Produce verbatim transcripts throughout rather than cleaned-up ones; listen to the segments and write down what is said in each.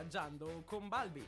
Viaggiando con Balbi.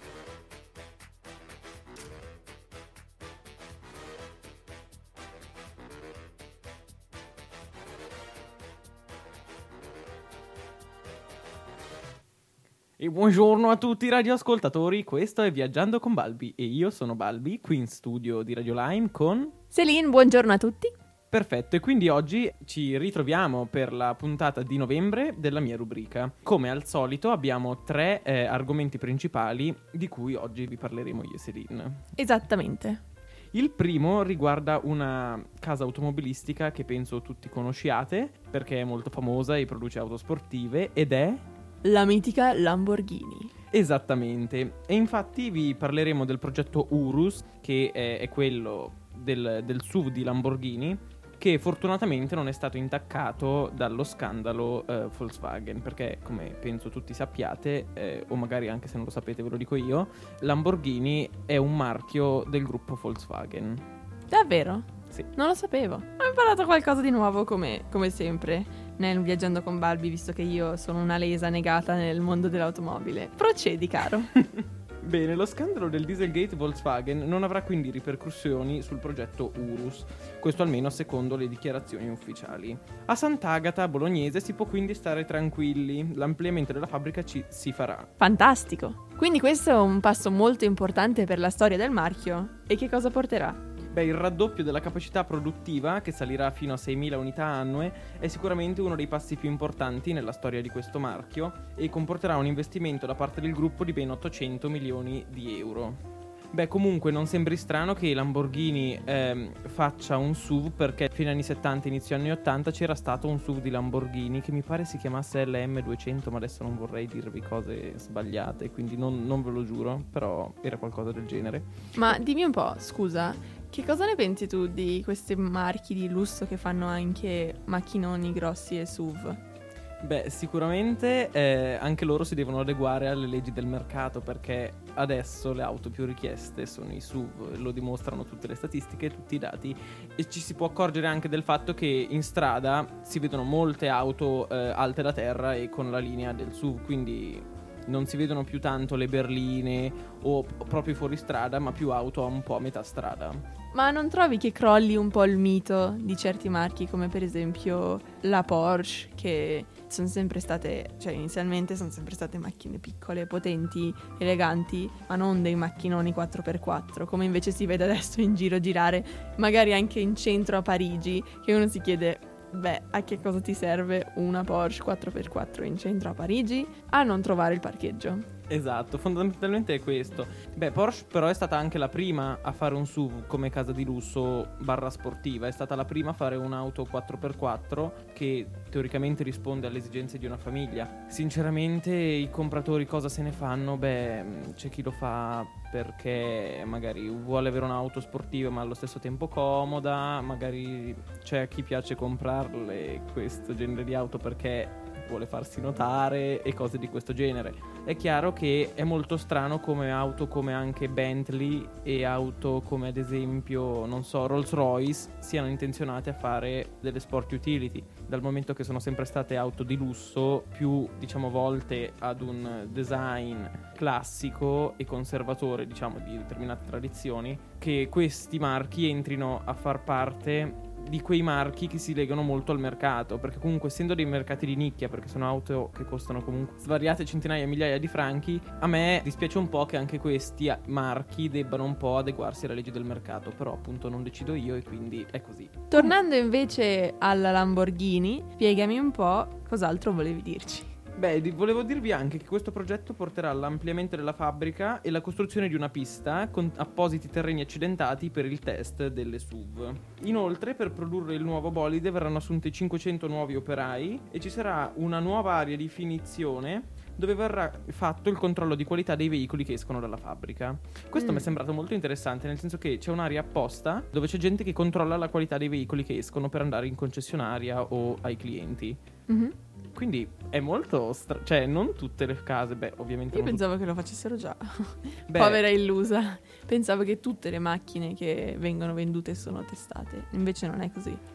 E buongiorno a tutti i radioascoltatori, questo è Viaggiando con Balbi e io sono Balbi, qui in studio di Radio Lime con... Celine, buongiorno a tutti. Perfetto, e quindi oggi ci ritroviamo per la puntata di novembre della mia rubrica. Come al solito abbiamo tre eh, argomenti principali di cui oggi vi parleremo io e Celine. Esattamente. Il primo riguarda una casa automobilistica che penso tutti conosciate perché è molto famosa e produce auto sportive ed è... la mitica Lamborghini. Esattamente, e infatti vi parleremo del progetto Urus, che è, è quello del, del S U V di Lamborghini, che fortunatamente non è stato intaccato dallo scandalo eh, Volkswagen, perché come penso tutti sappiate, eh, o magari anche se non lo sapete ve lo dico io, Lamborghini è un marchio del gruppo Volkswagen. Davvero? Sì. Non lo sapevo. Ho imparato qualcosa di nuovo come, come sempre nel Viaggiando con Balbi, visto che io sono una lesa negata nel mondo dell'automobile. Procedi, caro. Bene, lo scandalo del Dieselgate Volkswagen non avrà quindi ripercussioni sul progetto Urus, questo almeno secondo le dichiarazioni ufficiali. A Sant'Agata bolognese si può quindi stare tranquilli, l'ampliamento della fabbrica ci si farà. Fantastico. Quindi questo è un passo molto importante per la storia del marchio. E che cosa porterà? Beh, il raddoppio della capacità produttiva, che salirà fino a seimila unità annue, è sicuramente uno dei passi più importanti nella storia di questo marchio e comporterà un investimento da parte del gruppo di ben ottocento milioni di euro. Beh, comunque non sembri strano che Lamborghini ehm, faccia un S U V, perché fino agli anni settanta, inizio anni ottanta c'era stato un S U V di Lamborghini che mi pare si chiamasse L M duecento, ma adesso non vorrei dirvi cose sbagliate, quindi non, non ve lo giuro, però era qualcosa del genere. Ma dimmi un po', scusa, che cosa ne pensi tu di questi marchi di lusso che fanno anche macchinoni grossi e S U V? Beh, sicuramente eh, anche loro si devono adeguare alle leggi del mercato, perché adesso le auto più richieste sono i S U V, lo dimostrano tutte le statistiche, tutti i dati, e ci si può accorgere anche del fatto che in strada si vedono molte auto eh, alte da terra e con la linea del S U V, quindi non si vedono più tanto le berline o proprio fuori strada, ma più auto un po' a metà strada. Ma non trovi che crolli un po' il mito di certi marchi, come per esempio la Porsche, che sono sempre state, cioè inizialmente sono sempre state macchine piccole, potenti, eleganti, ma non dei macchinoni quattro per quattro, come invece si vede adesso in giro girare, magari anche in centro a Parigi, che uno si chiede, beh, a che cosa ti serve una Porsche quattro per quattro in centro a Parigi? A non trovare il parcheggio. Esatto, fondamentalmente è questo. Beh, Porsche però è stata anche la prima a fare un S U V come casa di lusso barra sportiva. È stata la prima a fare un'auto quattro per quattro che teoricamente risponde alle esigenze di una famiglia. Sinceramente i compratori cosa se ne fanno? Beh, c'è chi lo fa perché magari vuole avere un'auto sportiva ma allo stesso tempo comoda. Magari c'è a chi piace comprarle questo genere di auto perché vuole farsi notare e cose di questo genere. È chiaro che è molto strano come auto come anche Bentley e auto come ad esempio, non so, Rolls-Royce siano intenzionate a fare delle sport utility, dal momento che sono sempre state auto di lusso più, diciamo, volte ad un design classico e conservatore, diciamo, di determinate tradizioni, che questi marchi entrino a far parte di quei marchi che si legano molto al mercato, perché comunque essendo dei mercati di nicchia, perché sono auto che costano comunque svariate centinaia, migliaia di franchi, a me dispiace un po' che anche questi marchi debbano un po' adeguarsi alle leggi del mercato, però appunto non decido io e quindi è così. Tornando invece alla Lamborghini, spiegami un po' cos'altro volevi dirci. Beh, di- volevo dirvi anche che questo progetto porterà all'ampliamento della fabbrica e la costruzione di una pista con appositi terreni accidentati per il test delle S U V. Inoltre, per produrre il nuovo bolide verranno assunti cinquecento nuovi operai e ci sarà una nuova area di finizione dove verrà fatto il controllo di qualità dei veicoli che escono dalla fabbrica. Questo Mm. mi è sembrato molto interessante, nel senso che c'è un'area apposta dove c'è gente che controlla la qualità dei veicoli che escono per andare in concessionaria o ai clienti. Mhm. Quindi è molto stra- cioè non tutte le case, beh, ovviamente Io non pensavo che lo facessero già. tut- beh, Povera illusa. Pensavo che tutte le macchine che vengono vendute sono testate. Invece non è così.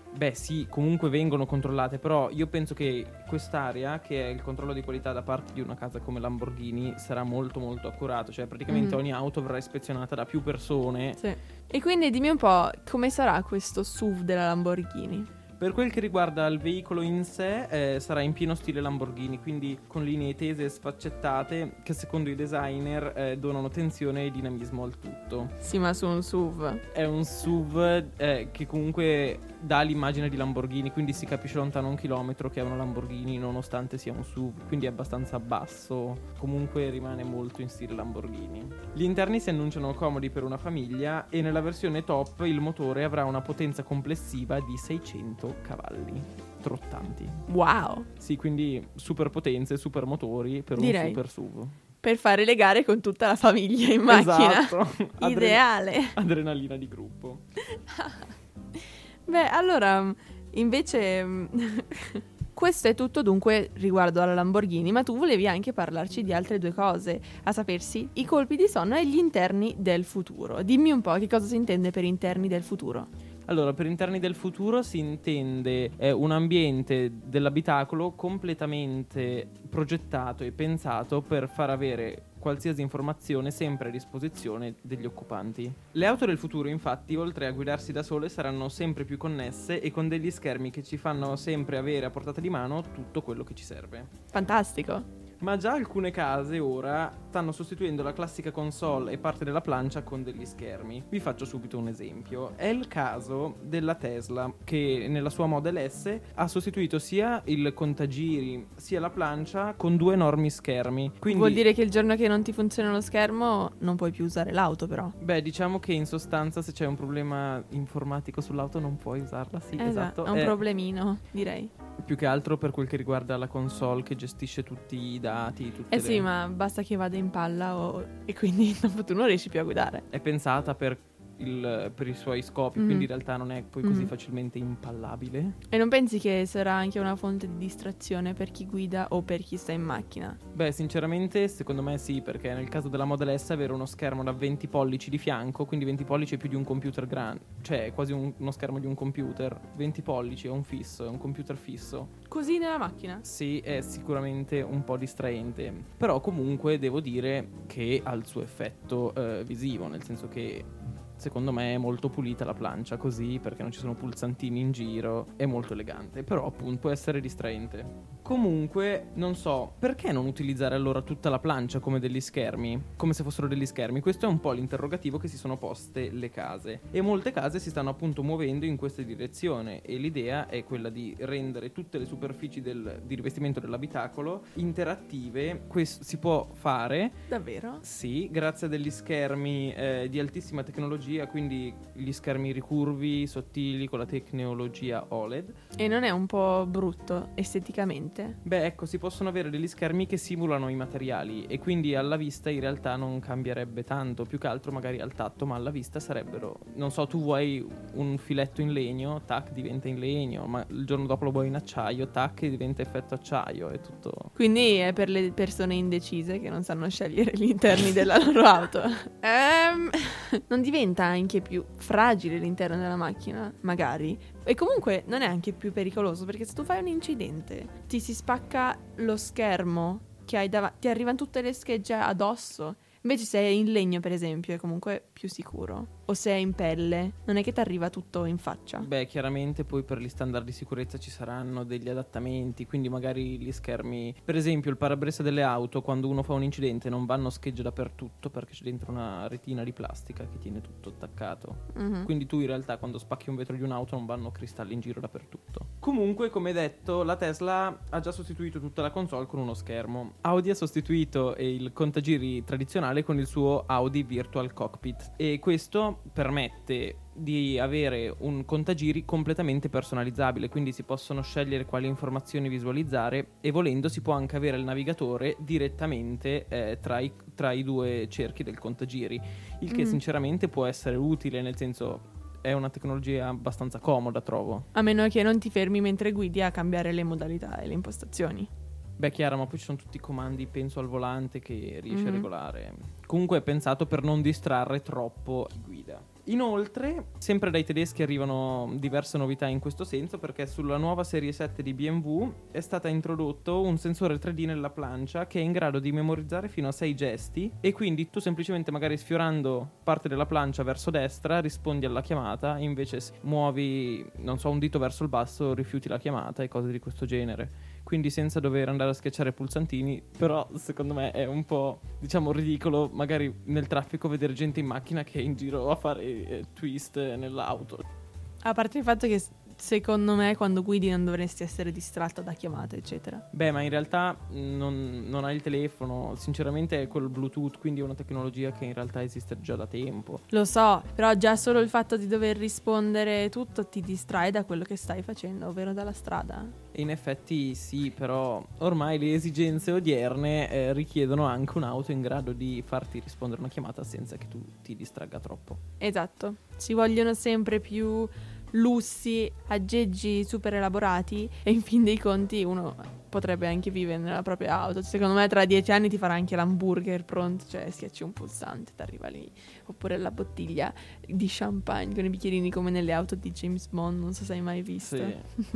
Beh sì, comunque vengono controllate, però io penso che quest'area, che è il controllo di qualità da parte di una casa come Lamborghini, sarà molto molto accurato, cioè praticamente Mhm. ogni auto verrà ispezionata da più persone. Sì. E quindi dimmi un po' come sarà questo S U V della Lamborghini? Per quel che riguarda il veicolo in sé, eh, sarà in pieno stile Lamborghini, quindi con linee tese e sfaccettate che secondo i designer eh, donano tensione e dinamismo al tutto. Sì, ma su un S U V. È un S U V eh, che comunque dà l'immagine di Lamborghini, quindi si capisce lontano un chilometro che è una Lamborghini nonostante sia un S U V, quindi è abbastanza basso, comunque rimane molto in stile Lamborghini. Gli interni si annunciano comodi per una famiglia e nella versione top il motore avrà una potenza complessiva di seicento cavalli trottanti. Wow! Sì, quindi super potenze, super motori per Direi. un super S U V. Per fare le gare con tutta la famiglia in macchina. Esatto. Adre- Ideale. adrenalina di gruppo. Beh, allora, invece, mm, questo è tutto dunque riguardo alla Lamborghini, ma tu volevi anche parlarci di altre due cose, a sapersi i colpi di sonno e gli interni del futuro. Dimmi un po' che cosa si intende per interni del futuro. Allora, per interni del futuro si intende eh, un ambiente dell'abitacolo completamente progettato e pensato per far avere qualsiasi informazione sempre a disposizione degli occupanti. Le auto del futuro, infatti, oltre a guidarsi da sole, saranno sempre più connesse e con degli schermi che ci fanno sempre avere a portata di mano tutto quello che ci serve. Fantastico. Ma già alcune case ora stanno sostituendo la classica console e parte della plancia con degli schermi. Vi faccio subito un esempio. È il caso della Tesla, che nella sua Model S ha sostituito sia il contagiri sia la plancia con due enormi schermi. Quindi, Vuol dire che il giorno che non ti funziona lo schermo non puoi più usare l'auto, però. beh, diciamo che in sostanza se c'è un problema informatico sull'auto non puoi usarla. Sì, Eh, esatto. È un È problemino, direi. più che altro per quel che riguarda la console che gestisce tutti i dati. Tutte Eh le- sì, ma basta che vada in palla o... e quindi dopo tu non riesci più a guidare. È pensata per, il- per i suoi scopi, Mhm. quindi in realtà non è poi così Mhm. facilmente impallabile. E non pensi che sarà anche una fonte di distrazione per chi guida o per chi sta in macchina? Beh, sinceramente, secondo me sì, perché nel caso della Model S avere uno schermo da venti pollici di fianco, quindi venti pollici è più di un computer grande, cioè è quasi un- uno schermo di un computer. venti pollici è un fisso, è un computer fisso. Così nella macchina? Sì, è sicuramente un po' distraente, però comunque devo dire che ha il suo effetto eh, visivo, nel senso che secondo me è molto pulita la plancia così, perché non ci sono pulsantini in giro, è molto elegante, però appunto può essere distraente. Comunque, non so, perché non utilizzare allora tutta la plancia come degli schermi? Come se fossero degli schermi? Questo è un po' l'interrogativo che si sono poste le case. E molte case si stanno appunto muovendo in questa direzione e l'idea è quella di rendere tutte le superfici del, di rivestimento dell'abitacolo interattive. Questo si può fare, Davvero? sì, grazie a degli schermi eh, di altissima tecnologia, quindi gli schermi ricurvi, sottili, con la tecnologia O L E D. E non è un po' brutto esteticamente? Beh, ecco, si possono avere degli schermi che simulano i materiali e quindi alla vista in realtà non cambierebbe tanto, più che altro magari al tatto, ma alla vista sarebbero, non so, tu vuoi un filetto in legno, tac, diventa in legno, ma il giorno dopo lo vuoi in acciaio, tac, diventa effetto acciaio, è tutto... Quindi è per le persone indecise che non sanno scegliere gli interni della loro auto. Ehm, non diventa anche più fragile l'interno della macchina? Magari. E comunque non è anche più pericoloso, perché se tu fai un incidente, ti si spacca lo schermo che hai davanti, ti arrivano tutte le schegge addosso. Invece se è in legno, per esempio, è comunque più sicuro. O se è in pelle, non è che ti arriva tutto in faccia. Beh, chiaramente poi per gli standard di sicurezza ci saranno degli adattamenti, quindi magari gli schermi, per esempio il parabrezza delle auto, quando uno fa un incidente non vanno schegge dappertutto perché c'è dentro una retina di plastica che tiene tutto attaccato. Mhm. Quindi tu in realtà quando spacchi un vetro di un'auto non vanno cristalli in giro dappertutto. Comunque, come detto, la Tesla ha già sostituito tutta la console con uno schermo. Audi ha sostituito il contagiri tradizionale con il suo Audi Virtual Cockpit e questo permette di avere un contagiri completamente personalizzabile, quindi si possono scegliere quali informazioni visualizzare e volendo si può anche avere il navigatore direttamente eh, tra, i, tra i due cerchi del contagiri, il che Mm. sinceramente può essere utile, nel senso è una tecnologia abbastanza comoda, trovo. A meno che non ti fermi mentre guidi a cambiare le modalità e le impostazioni. Beh, chiaro, ma poi ci sono tutti i comandi, penso al volante, che riesce Mhm. a regolare. Comunque è pensato per non distrarre troppo chi guida. Inoltre, sempre dai tedeschi arrivano diverse novità in questo senso, perché sulla nuova serie sette di B M W è stato introdotto un sensore tre D nella plancia che è in grado di memorizzare fino a sei gesti, e quindi tu semplicemente magari sfiorando parte della plancia verso destra rispondi alla chiamata, invece se muovi, non so, un dito verso il basso rifiuti la chiamata e cose di questo genere. Quindi senza dover andare a schiacciare pulsantini. Però secondo me è un po', diciamo, ridicolo magari nel traffico vedere gente in macchina che è in giro a fare eh, twist nell'auto. A parte il fatto che secondo me quando guidi non dovresti essere distratto da chiamate eccetera. Beh, ma in realtà non, non hai il telefono, sinceramente è col Bluetooth, quindi è una tecnologia che in realtà esiste già da tempo. Lo so, però già solo il fatto di dover rispondere tutto ti distrae da quello che stai facendo, ovvero dalla strada. In effetti sì, però ormai le esigenze odierne eh, richiedono anche un'auto in grado di farti rispondere una chiamata senza che tu ti distragga troppo. Esatto, ci vogliono sempre più lussi, aggeggi super elaborati e in fin dei conti uno potrebbe anche vivere nella propria auto. Secondo me tra dieci anni ti farà anche l'hamburger pronto, cioè schiacci un pulsante, ti arriva lì, oppure la bottiglia di champagne con i bicchierini come nelle auto di James Bond, non so se hai mai visto. Sì,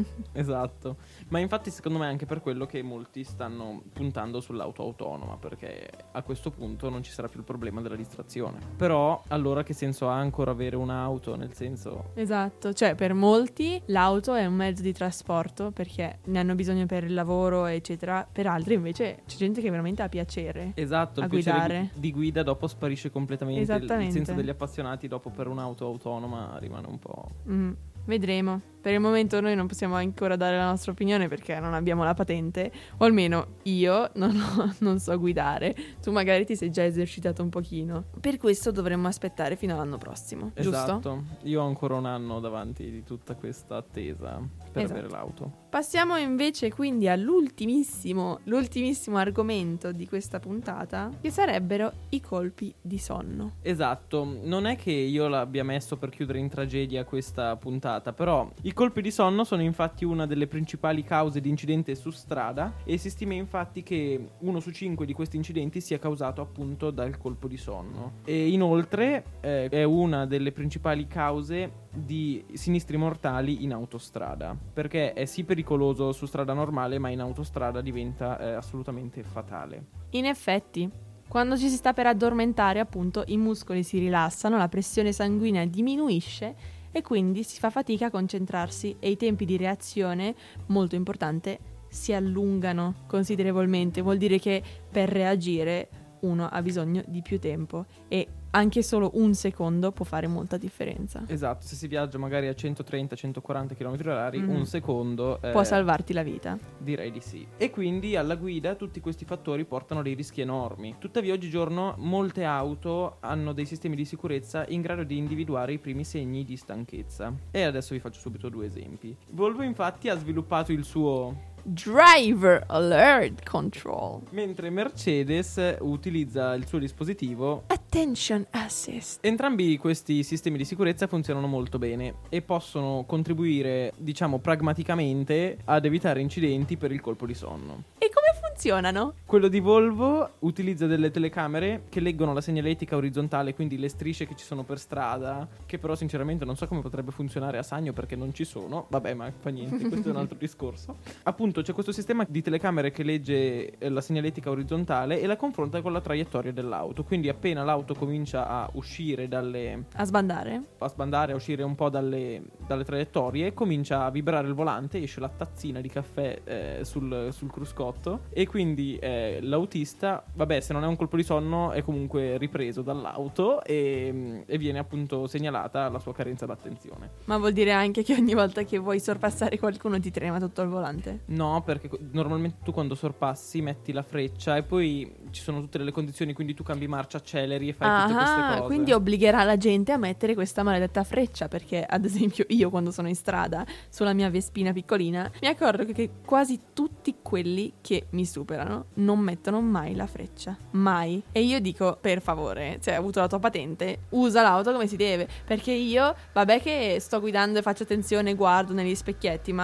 esatto. Ma infatti secondo me è anche per quello che molti stanno puntando sull'auto autonoma, perché a questo punto non ci sarà più il problema della distrazione. Però allora che senso ha ancora avere un'auto, nel senso... Esatto, cioè per molti l'auto è un mezzo di trasporto perché ne hanno bisogno per il lavoro eccetera, per altri invece c'è gente che veramente ha piacere esatto, a il piacere guidare di guida dopo sparisce completamente. Esattamente. Il senso degli appassionati dopo per un'auto autonoma rimane un po'... mm, vedremo. Per il momento noi non possiamo ancora dare la nostra opinione perché non abbiamo la patente, o almeno io non, ho, non so guidare. Tu magari ti sei già esercitato un pochino. Per questo dovremmo aspettare fino all'anno prossimo, esatto. Giusto? Io ho ancora un anno davanti di tutta questa attesa per esatto. avere l'auto. Passiamo invece quindi all'ultimissimo, l'ultimissimo argomento di questa puntata, che sarebbero i colpi di sonno. Esatto, non è che io l'abbia messo per chiudere in tragedia questa puntata, però i colpi di sonno sono infatti una delle principali cause di incidente su strada e si stima infatti che uno su cinque di questi incidenti sia causato appunto dal colpo di sonno. E inoltre eh, è una delle principali cause di sinistri mortali in autostrada, perché è sì pericoloso su strada normale, ma in autostrada diventa eh, assolutamente fatale. In effetti, quando ci si sta per addormentare, appunto, i muscoli si rilassano, la pressione sanguigna diminuisce e quindi si fa fatica a concentrarsi e i tempi di reazione, molto importante, si allungano considerevolmente. Vuol dire che per reagire uno ha bisogno di più tempo e anche solo un secondo può fare molta differenza. Esatto, se si viaggia magari a centotrenta centoquaranta chilometri orari, mm-hmm. un secondo eh, può salvarti la vita. Direi di sì. E quindi alla guida tutti questi fattori portano dei rischi enormi. Tuttavia oggigiorno molte auto hanno dei sistemi di sicurezza in grado di individuare i primi segni di stanchezza. E adesso vi faccio subito due esempi. Volvo infatti ha sviluppato il suo Driver Alert Control, mentre Mercedes utilizza il suo dispositivo Attention Assist. Entrambi questi sistemi di sicurezza funzionano molto bene e possono contribuire, diciamo, pragmaticamente ad evitare incidenti per il colpo di sonno. E come funzionano? Quello di Volvo utilizza delle telecamere che leggono la segnaletica orizzontale, quindi le strisce che ci sono per strada, che però sinceramente non so come potrebbe funzionare a Sagno perché non ci sono. Vabbè, ma fa niente, questo è un altro discorso. Appunto c'è questo sistema di telecamere che legge la segnaletica orizzontale e la confronta con la traiettoria dell'auto, quindi appena l'auto comincia a uscire dalle... a sbandare? a sbandare, a uscire un po' dalle, dalle traiettorie, comincia a vibrare il volante, esce la tazzina di caffè eh, sul, sul cruscotto e quindi eh, l'autista, vabbè, se non è un colpo di sonno è comunque ripreso dall'auto e, e viene appunto segnalata la sua carenza d'attenzione. Ma vuol dire anche che ogni volta che vuoi sorpassare qualcuno ti trema tutto il volante? No, perché normalmente tu quando sorpassi metti la freccia e poi ci sono tutte le condizioni, quindi tu cambi marcia, acceleri e fai ah, tutte queste cose. Quindi obbligherà la gente a mettere questa maledetta freccia, perché ad esempio io quando sono in strada sulla mia Vespina piccolina mi accorgo che quasi tutti quelli che mi superano non mettono mai la freccia, mai. E io dico, per favore, se hai avuto la tua patente, usa l'auto come si deve, perché io, vabbè che sto guidando e faccio attenzione, guardo negli specchietti, ma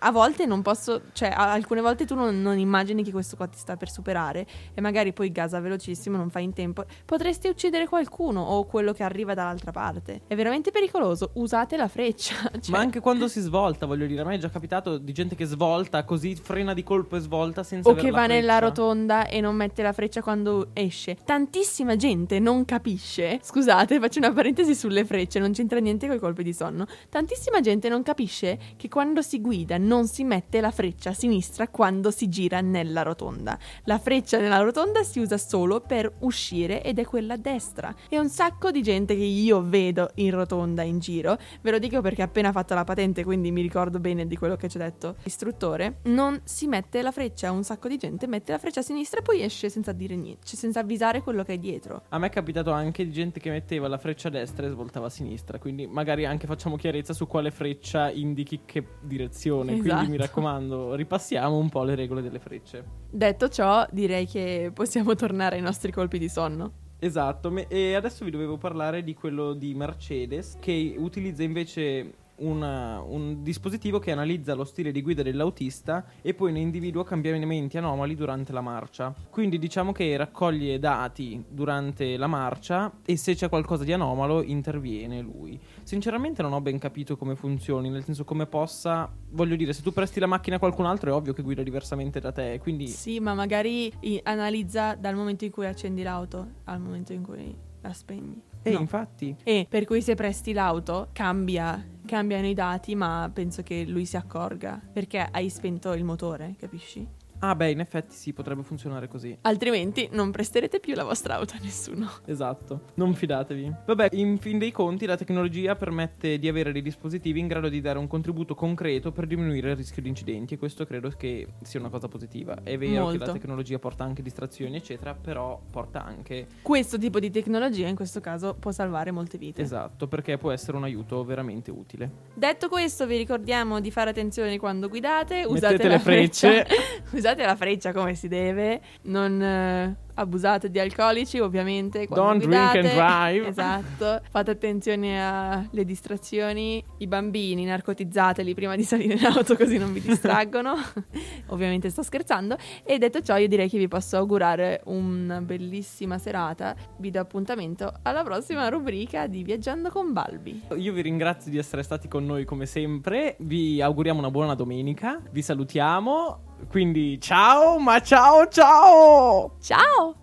a volte non posso, cioè a- alcune volte tu non, non immagini che questo qua ti sta per superare e magari poi gasa velocissimo, non fai in tempo, potresti uccidere qualcuno o quello che arriva dall'altra parte. È veramente pericoloso, usate la freccia. Cioè. Ma anche quando si svolta, voglio dire, a me è già capitato di gente che svolta così, frena di colpo e svolta senza O avere che la va nella freccia. rotonda e non mette la freccia quando esce. Tantissima gente non capisce. Scusate, faccio una parentesi sulle frecce, non c'entra niente con i colpi di sonno. Tantissima gente non capisce che quando si guida non si mette la freccia a sinistra quando si gira nella rotonda. La freccia nella rotonda si usa solo per uscire ed è quella a destra. E un sacco di gente che io vedo in rotonda in giro, ve lo dico perché ho appena fatto la patente, quindi mi ricordo bene di quello che ci ha detto l'istruttore, non si mette la freccia. Un sacco di gente mette la freccia a sinistra e poi esce senza dire niente, cioè senza avvisare quello che è dietro. A me è capitato anche di gente che metteva la freccia a destra e svoltava a sinistra, quindi magari anche facciamo chiarezza su quale freccia indichi che direzione. Esatto. Quindi mi raccomando, ripassiamo un po' le regole delle frecce. Detto ciò, direi che possiamo tornare ai nostri colpi di sonno. Esatto, me- e adesso vi dovevo parlare di quello di Mercedes, che utilizza invece una- un dispositivo che analizza lo stile di guida dell'autista e poi ne individua cambiamenti anomali durante la marcia. Quindi diciamo che raccoglie dati durante la marcia e se c'è qualcosa di anomalo interviene lui. Sinceramente non ho ben capito come funzioni, nel senso come possa, voglio dire, se tu presti la macchina a qualcun altro è ovvio che guida diversamente da te, quindi Sì, ma magari i- analizza dal momento in cui accendi l'auto al momento in cui la spegni. E No. infatti E per cui se presti l'auto cambia, cambiano i dati, ma penso che lui si accorga perché hai spento il motore, capisci? ah beh, in effetti sì, potrebbe funzionare così. Altrimenti non presterete più la vostra auto a nessuno. Esatto, non fidatevi. Vabbè, in fin dei conti la tecnologia permette di avere dei dispositivi in grado di dare un contributo concreto per diminuire il rischio di incidenti e questo credo che sia una cosa positiva. È vero Molto. che la tecnologia porta anche distrazioni eccetera, però porta anche, Questo tipo di tecnologia in questo caso può salvare molte vite. esatto, perché può essere un aiuto veramente utile. Detto questo, vi ricordiamo di fare attenzione quando guidate, usate Mettete la le frecce. freccia, usate la freccia come si deve, non eh, abusate di alcolici ovviamente quando Don't drink guidate. and drive. Esatto, fate attenzione alle distrazioni, i bambini narcotizzateli prima di salire in auto così non vi distraggono. Ovviamente sto scherzando. E detto ciò io direi che vi posso augurare una bellissima serata, vi do appuntamento alla prossima rubrica di Viaggiando con Balbi. Io vi ringrazio di essere stati con noi come sempre, vi auguriamo una buona domenica, vi salutiamo, quindi ciao, ma ciao ciao! Ciao!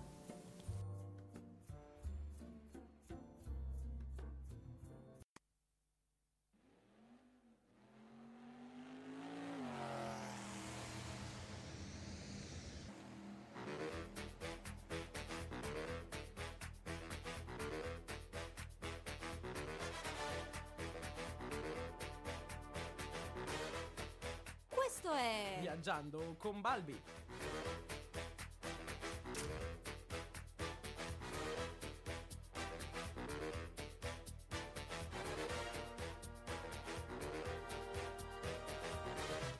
Questo è Viaggiando con Balbi.